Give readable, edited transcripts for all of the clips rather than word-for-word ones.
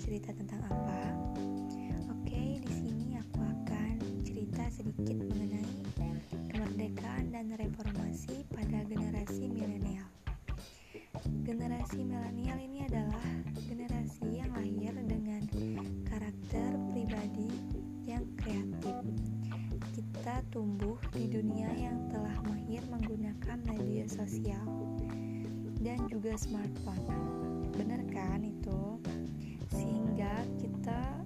cerita tentang apa? Oke, di sini aku akan cerita sedikit mengenai kemerdekaan dan reformasi pada generasi milenial. Generasi milenial ini adalah generasi yang lahir dengan karakter pribadi yang kreatif. Kita tumbuh di dunia yang telah mahir menggunakan media sosial dan juga smartphone. Bener kan itu? Sehingga kita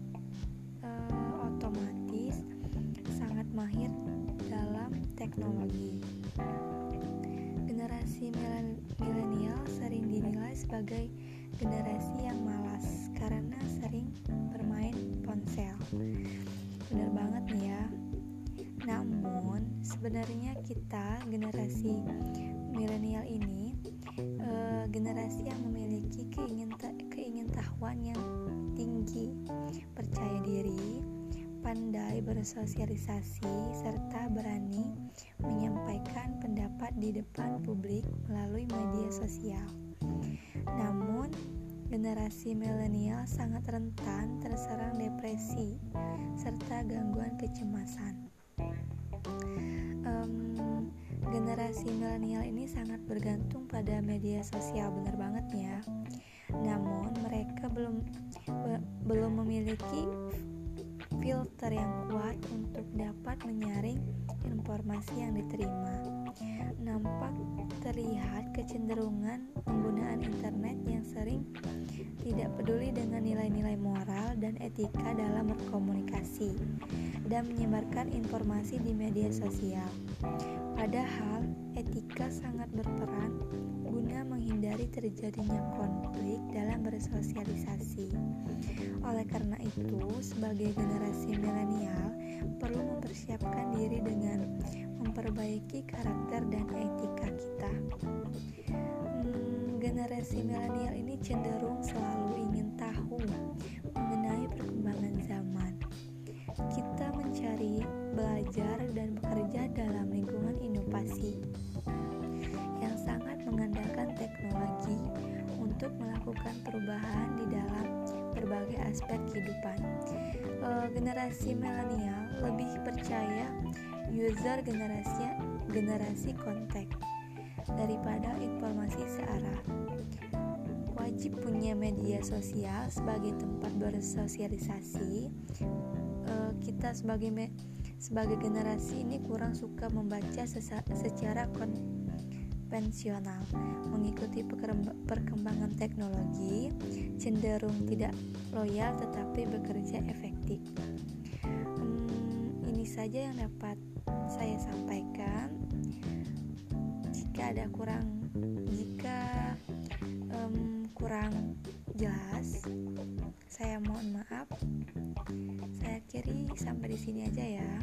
otomatis sangat mahir dalam teknologi. Generasi milenial sering dinilai sebagai generasi yang malas karena sering bermain ponsel. Bener banget nih ya. Namun sebenarnya kita generasi milenial ini generasi yang memiliki keingintahuan yang tinggi, percaya diri, pandai bersosialisasi, serta berani menyampaikan pendapat di depan publik melalui media sosial. Namun, generasi milenial sangat rentan terserang depresi serta gangguan kecemasan. Generasi milenial ini sangat bergantung pada media sosial, bener banget ya. Namun mereka belum memiliki filter yang kuat untuk dapat menyaring informasi yang diterima. Nampak terlihat kecenderungan penggunaan internet yang sering tidak peduli dengan nilai-nilai moral dan etika dalam berkomunikasi dan menyebarkan informasi di media sosial. Padahal etika sangat berperan guna menghindari terjadinya konflik dalam bersosialisasi. Oleh karena itu, sebagai generasi milenial perlu mempersiapkan diri dengan memperbaiki karakter dan etika kita. Generasi milenial ini cenderung selalu ingin tahu mengenai perkembangan zaman. Kita mencari, belajar, dan bekerja dalam lingkungan inovasi yang sangat mengandalkan teknologi untuk melakukan perubahan di dalam berbagai aspek kehidupan. Generasi milenial lebih percaya user generasi kontak daripada informasi searah. Wajib punya media sosial sebagai tempat bersosialisasi. Kita sebagai generasi ini kurang suka membaca secara konvensional, mengikuti perkembangan teknologi, cenderung tidak loyal tetapi bekerja efektif. Ini saja yang dapat saya sampaikan. Jika kurang jelas, saya mohon maaf. Saya akhiri sampai di sini aja ya.